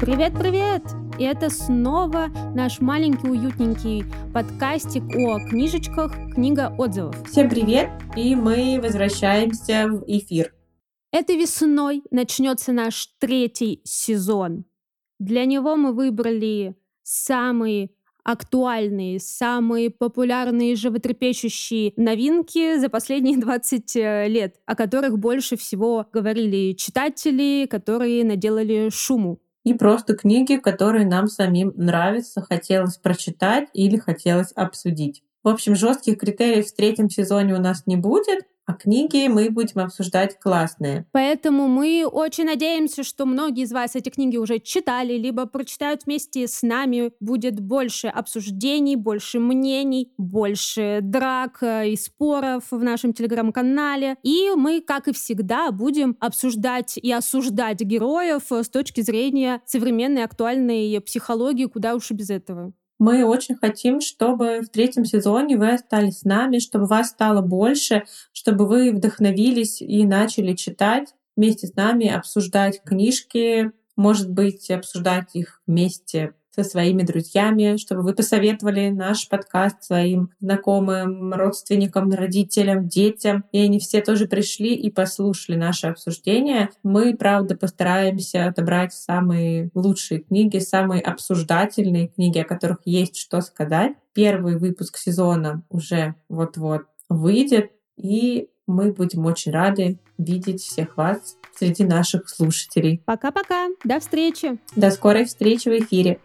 Привет-привет! И это снова наш маленький уютненький подкастик о книжечках «Книга отзывов». Всем привет! И мы возвращаемся в эфир. Этой весной начнется наш 3-й сезон. Для него мы выбрали самые актуальные, самые популярные, животрепещущие новинки за последние 20 лет, о которых больше всего говорили читатели, которые наделали шуму. И просто книги, которые нам самим нравятся, хотелось прочитать или хотелось обсудить. В общем, жестких критериев в 3-м сезоне у нас не будет, а книги мы будем обсуждать классные. Поэтому мы очень надеемся, что многие из вас эти книги уже читали, либо прочитают вместе с нами. Будет больше обсуждений, больше мнений, больше драк и споров в нашем телеграм-канале. И мы, как и всегда, будем обсуждать и осуждать героев с точки зрения современной актуальной психологии, куда уж и без этого. Мы очень хотим, чтобы в 3-м сезоне вы остались с нами, чтобы вас стало больше, чтобы вы вдохновились и начали читать вместе с нами, обсуждать книжки, может быть, обсуждать их вместе со своими друзьями, чтобы вы посоветовали наш подкаст своим знакомым, родственникам, родителям, детям. И они все тоже пришли и послушали наше обсуждение. Мы, правда, постараемся отобрать самые лучшие книги, самые обсуждательные книги, о которых есть что сказать. Первый выпуск сезона уже вот-вот выйдет, и мы будем очень рады видеть всех вас среди наших слушателей. Пока-пока, до встречи! До скорой встречи в эфире!